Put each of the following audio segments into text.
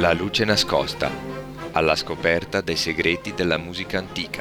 La luce nascosta, alla scoperta dei segreti della musica antica.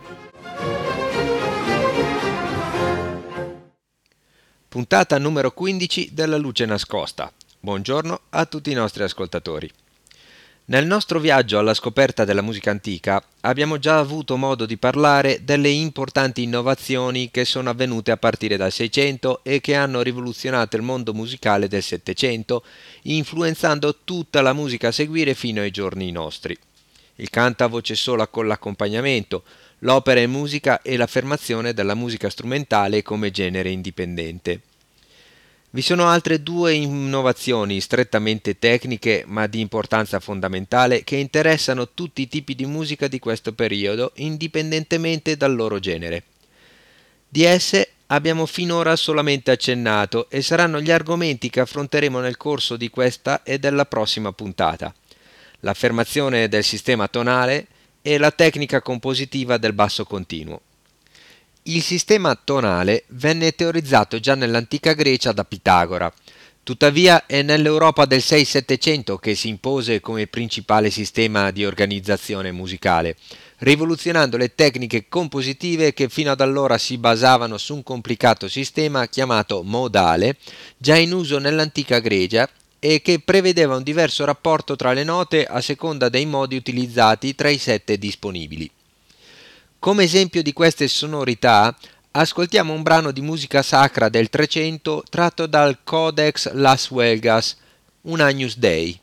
Puntata numero 15 della luce nascosta. Buongiorno a tutti i nostri ascoltatori. Nel nostro viaggio alla scoperta della musica antica abbiamo già avuto modo di parlare delle importanti innovazioni che sono avvenute a partire dal Seicento e che hanno rivoluzionato il mondo musicale del Settecento, influenzando tutta la musica a seguire fino ai giorni nostri. Il canto a voce sola con l'accompagnamento, l'opera in musica e l'affermazione della musica strumentale come genere indipendente. Vi sono altre due innovazioni strettamente tecniche ma di importanza fondamentale che interessano tutti i tipi di musica di questo periodo indipendentemente dal loro genere. Di esse abbiamo finora solamente accennato e saranno gli argomenti che affronteremo nel corso di questa e della prossima puntata: l'affermazione del sistema tonale e la tecnica compositiva del basso continuo. Il sistema tonale venne teorizzato già nell'antica Grecia da Pitagora, tuttavia è nell'Europa del 6-700 che si impose come principale sistema di organizzazione musicale, rivoluzionando le tecniche compositive che fino ad allora si basavano su un complicato sistema chiamato modale, già in uso nell'antica Grecia e che prevedeva un diverso rapporto tra le note a seconda dei modi utilizzati tra i 7 disponibili. Come esempio di queste sonorità, ascoltiamo un brano di musica sacra del Trecento tratto dal Codex Las Huelgas, un Agnus Dei.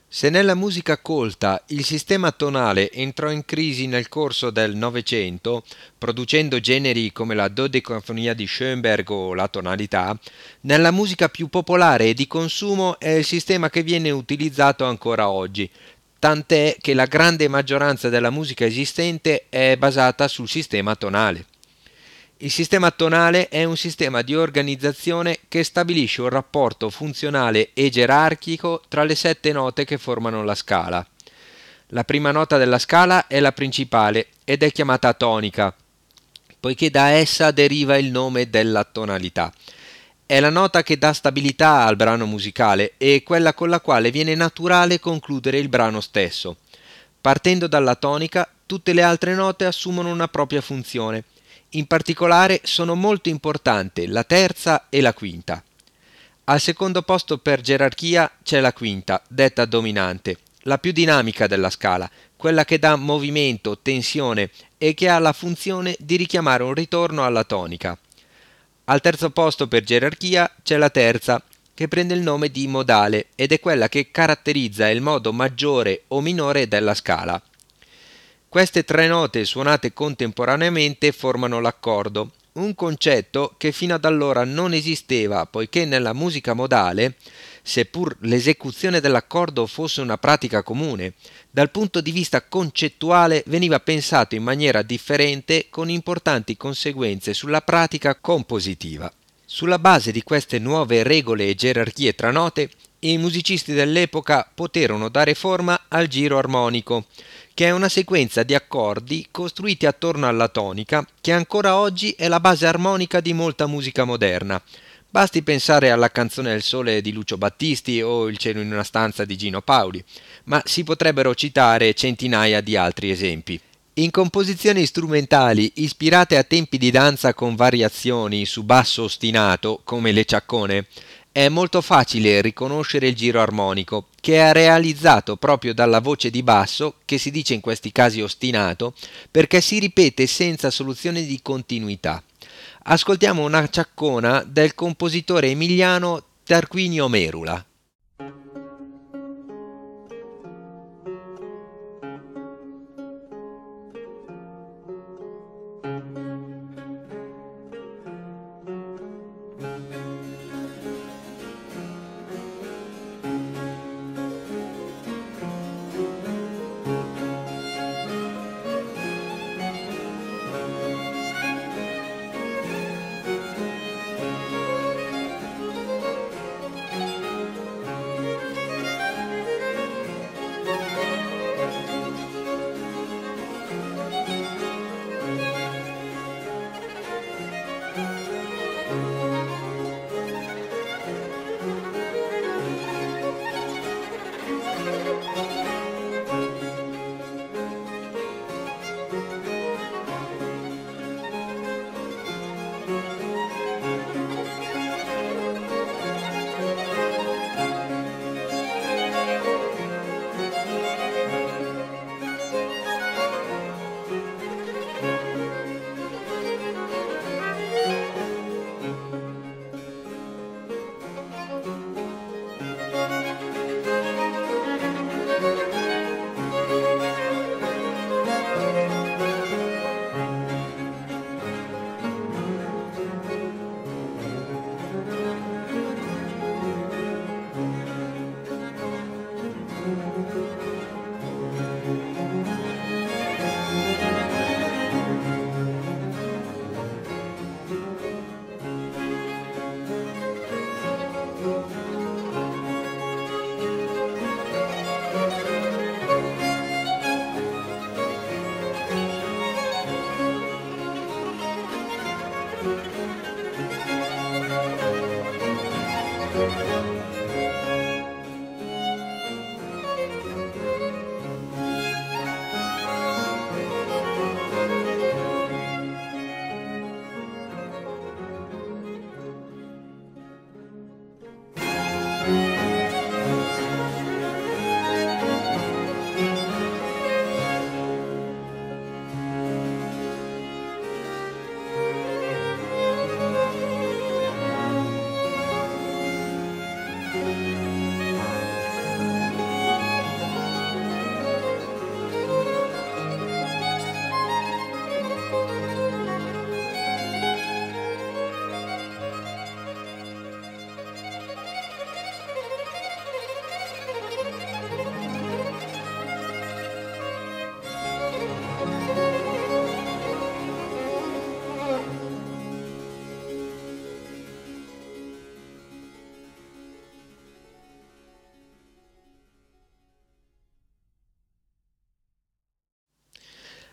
Se nella musica colta il sistema tonale entrò in crisi nel corso del Novecento, producendo generi come la dodecafonia di Schoenberg o la tonalità, nella musica più popolare e di consumo è il sistema che viene utilizzato ancora oggi, tant'è che la grande maggioranza della musica esistente è basata sul sistema tonale. Il sistema tonale è un sistema di organizzazione che stabilisce un rapporto funzionale e gerarchico tra le 7 note che formano la scala. La prima nota della scala è la principale ed è chiamata tonica, poiché da essa deriva il nome della tonalità. È la nota che dà stabilità al brano musicale e quella con la quale viene naturale concludere il brano stesso. Partendo dalla tonica, tutte le altre note assumono una propria funzione. In particolare sono molto importanti la terza e la quinta. Al secondo posto per gerarchia c'è la quinta, detta dominante, la più dinamica della scala, quella che dà movimento, tensione e che ha la funzione di richiamare un ritorno alla tonica. Al terzo posto per gerarchia c'è la terza, che prende il nome di modale ed è quella che caratterizza il modo maggiore o minore della scala. Queste 3 note suonate contemporaneamente formano l'accordo, un concetto che fino ad allora non esisteva poiché nella musica modale, seppur l'esecuzione dell'accordo fosse una pratica comune, dal punto di vista concettuale veniva pensato in maniera differente con importanti conseguenze sulla pratica compositiva. Sulla base di queste nuove regole e gerarchie tra note, i musicisti dell'epoca poterono dare forma al giro armonico, che è una sequenza di accordi costruiti attorno alla tonica che ancora oggi è la base armonica di molta musica moderna. Basti pensare alla canzone del sole di Lucio Battisti o Il cielo in una stanza di Gino Paoli, ma si potrebbero citare centinaia di altri esempi. In composizioni strumentali ispirate a tempi di danza con variazioni su basso ostinato, come le ciaccone, è molto facile riconoscere il giro armonico, che è realizzato proprio dalla voce di basso, che si dice in questi casi ostinato, perché si ripete senza soluzione di continuità. Ascoltiamo una ciaccona del compositore emiliano Tarquinio Merula.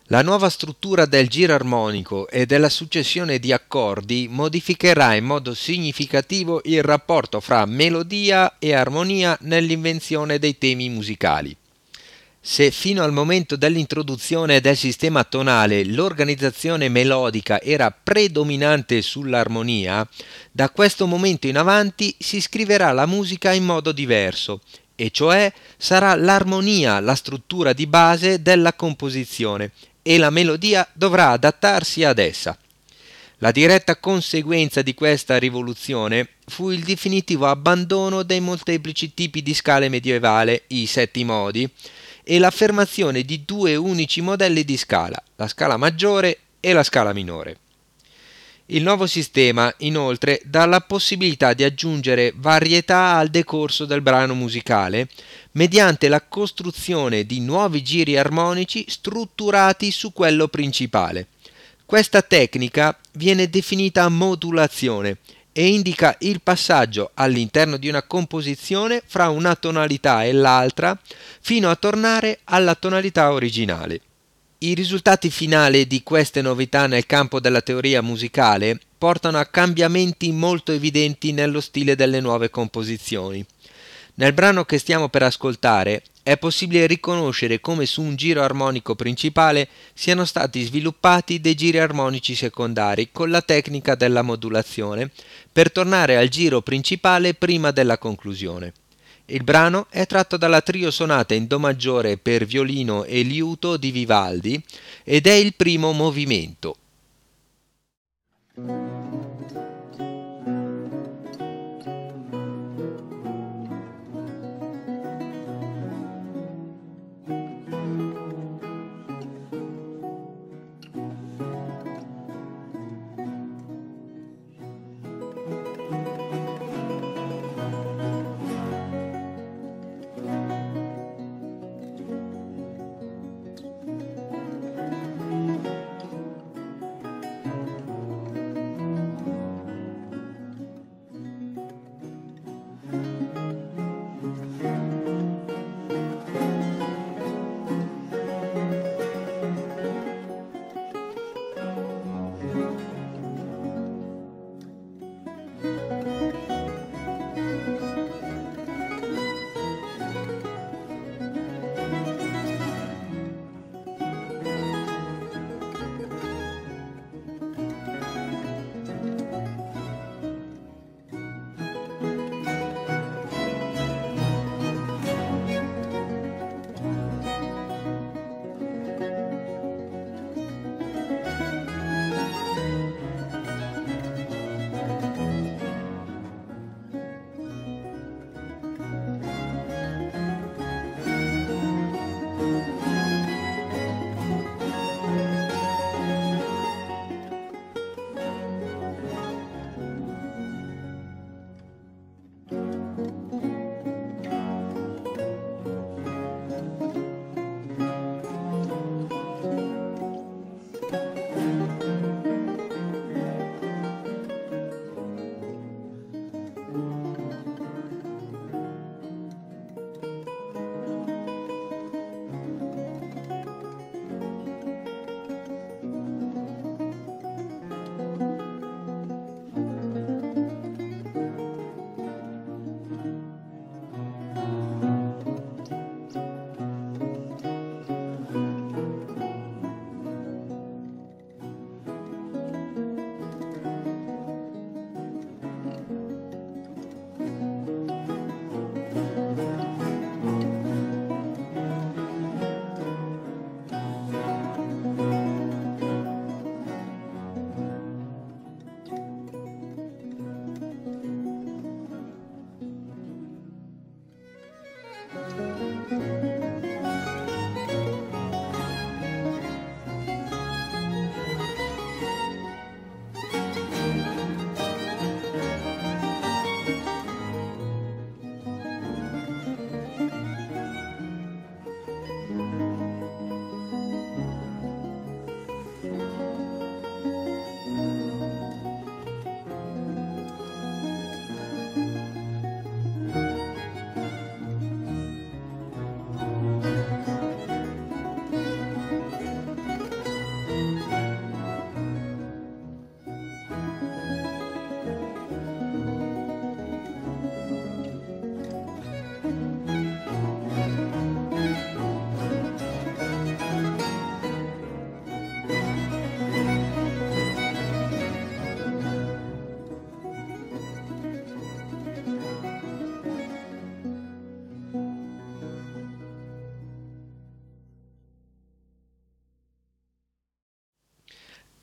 La nuova struttura del giro armonico e della successione di accordi modificherà in modo significativo il rapporto fra melodia e armonia nell'invenzione dei temi musicali. Se fino al momento dell'introduzione del sistema tonale l'organizzazione melodica era predominante sull'armonia, da questo momento in avanti si scriverà la musica in modo diverso, e cioè sarà l'armonia la struttura di base della composizione e la melodia dovrà adattarsi ad essa. La diretta conseguenza di questa rivoluzione fu il definitivo abbandono dei molteplici tipi di scale medievale, i 7 modi, e l'affermazione di due unici modelli di scala, la scala maggiore e la scala minore. Il nuovo sistema, inoltre, dà la possibilità di aggiungere varietà al decorso del brano musicale mediante la costruzione di nuovi giri armonici strutturati su quello principale. Questa tecnica viene definita modulazione e indica il passaggio all'interno di una composizione fra una tonalità e l'altra fino a tornare alla tonalità originale. I risultati finali di queste novità nel campo della teoria musicale portano a cambiamenti molto evidenti nello stile delle nuove composizioni. Nel brano che stiamo per ascoltare è possibile riconoscere come su un giro armonico principale siano stati sviluppati dei giri armonici secondari con la tecnica della modulazione per tornare al giro principale prima della conclusione. Il brano è tratto dalla trio sonata in Do maggiore per violino e liuto di Vivaldi ed è il primo movimento.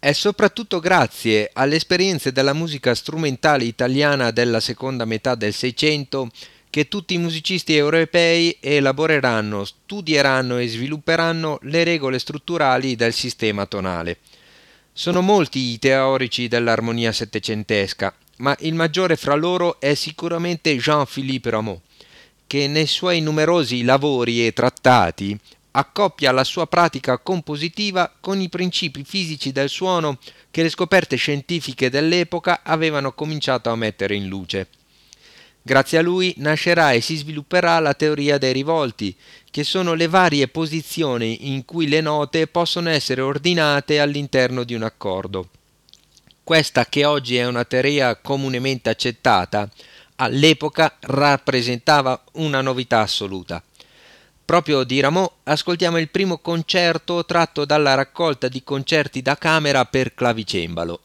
È soprattutto grazie alle esperienze della musica strumentale italiana della seconda metà del Seicento che tutti i musicisti europei elaboreranno, studieranno e svilupperanno le regole strutturali del sistema tonale. Sono molti i teorici dell'armonia settecentesca, ma il maggiore fra loro è sicuramente Jean-Philippe Rameau, che nei suoi numerosi lavori e trattati accoppia la sua pratica compositiva con i principi fisici del suono che le scoperte scientifiche dell'epoca avevano cominciato a mettere in luce. Grazie a lui nascerà e si svilupperà la teoria dei rivolti, che sono le varie posizioni in cui le note possono essere ordinate all'interno di un accordo. Questa, che oggi è una teoria comunemente accettata, all'epoca rappresentava una novità assoluta. Proprio di Rameau ascoltiamo il primo concerto tratto dalla raccolta di concerti da camera per clavicembalo.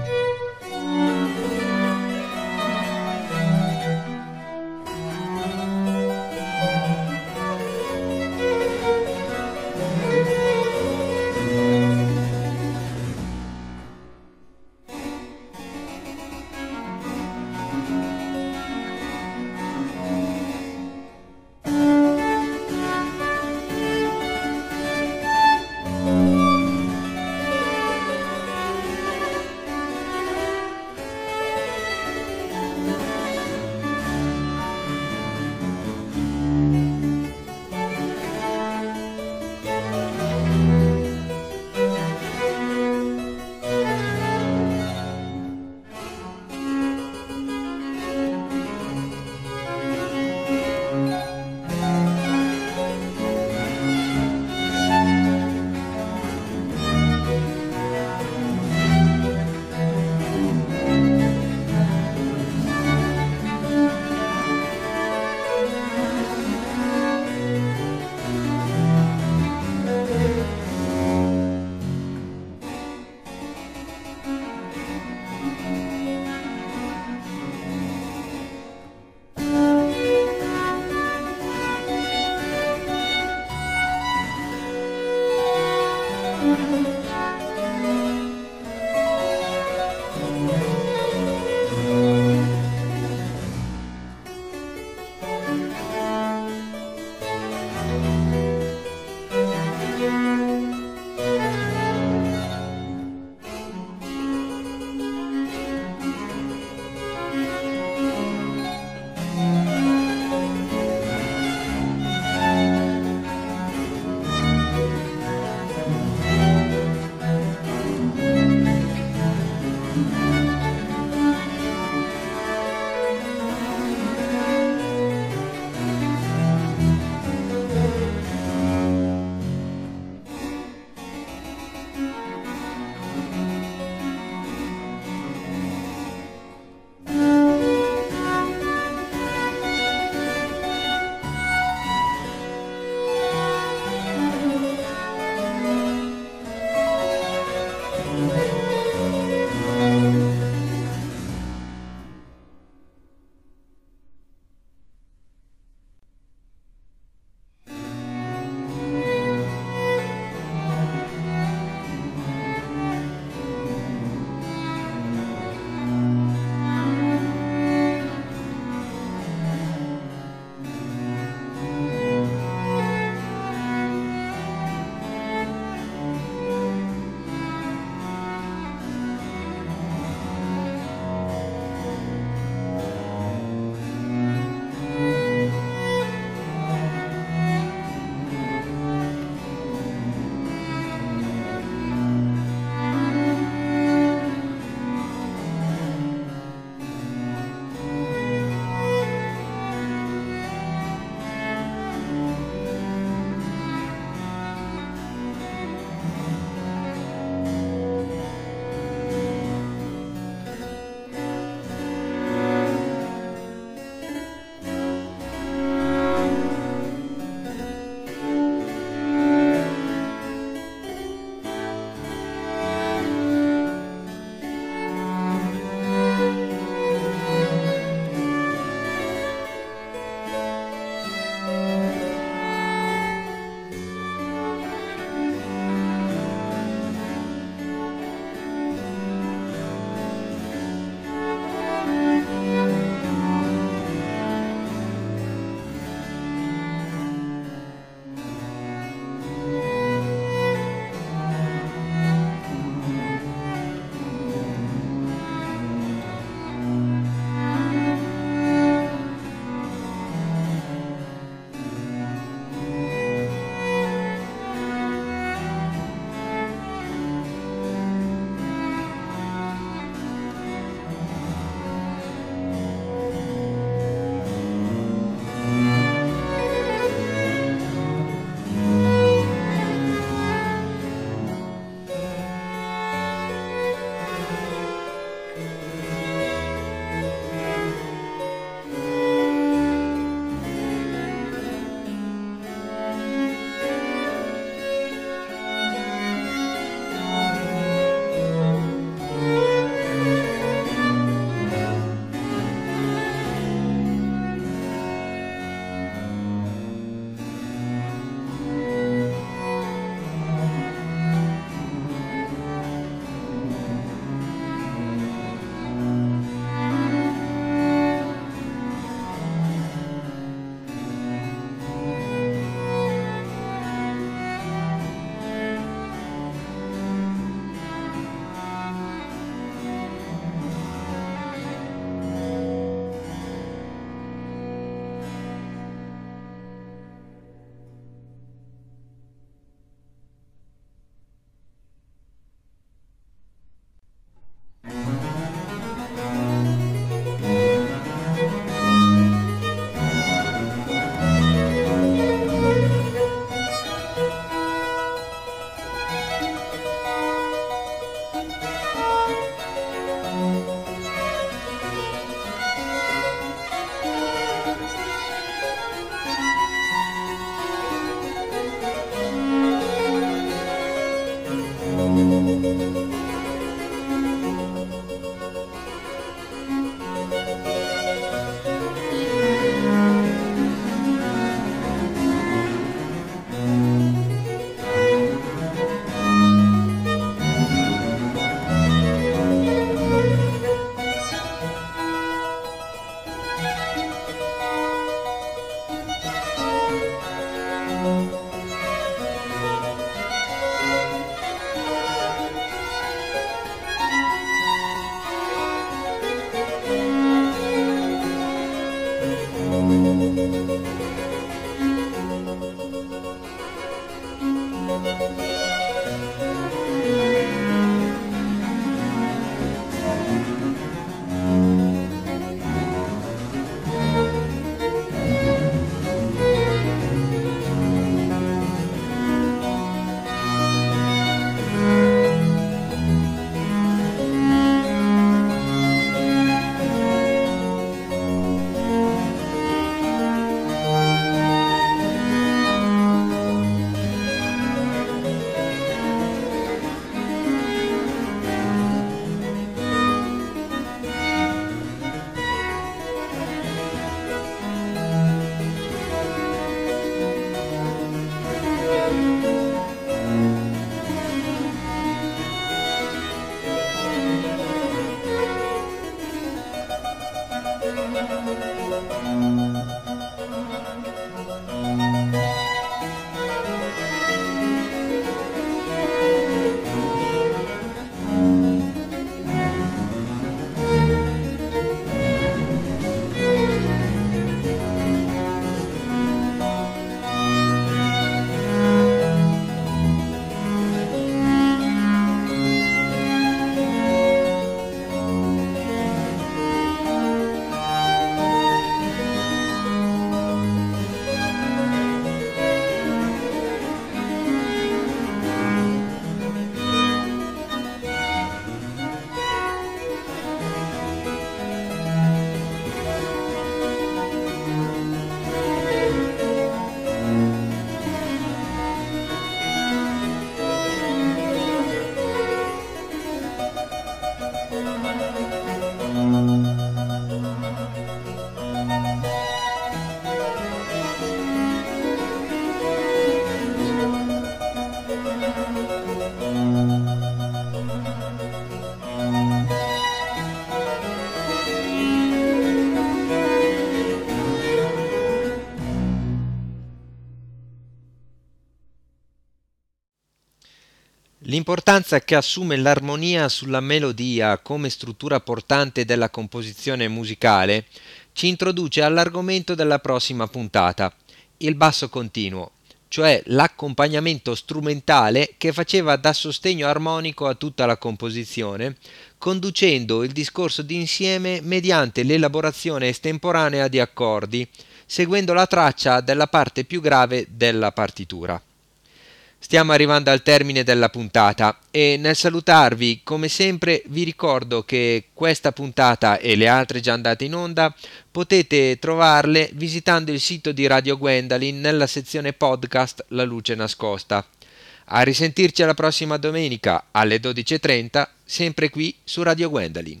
L'importanza che assume l'armonia sulla melodia come struttura portante della composizione musicale ci introduce all'argomento della prossima puntata, il basso continuo, cioè l'accompagnamento strumentale che faceva da sostegno armonico a tutta la composizione, conducendo il discorso d'insieme mediante l'elaborazione estemporanea di accordi, seguendo la traccia della parte più grave della partitura. Stiamo arrivando al termine della puntata e nel salutarvi, come sempre, vi ricordo che questa puntata e le altre già andate in onda potete trovarle visitando il sito di Radio Gwendalin nella sezione podcast La Luce Nascosta. A risentirci alla prossima domenica alle 12:30, sempre qui su Radio Gwendalin.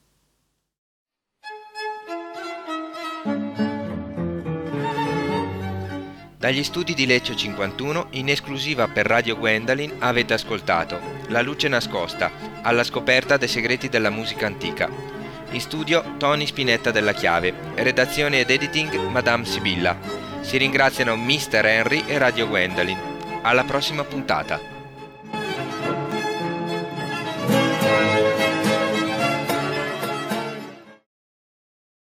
Dagli studi di Lecce 51, in esclusiva per Radio Gwendalin, avete ascoltato La Luce Nascosta, alla scoperta dei segreti della musica antica. In studio Tony Spinetta della Chiave, redazione ed editing Madame Sibilla. Si ringraziano Mr. Henry e Radio Gwendalin. Alla prossima puntata.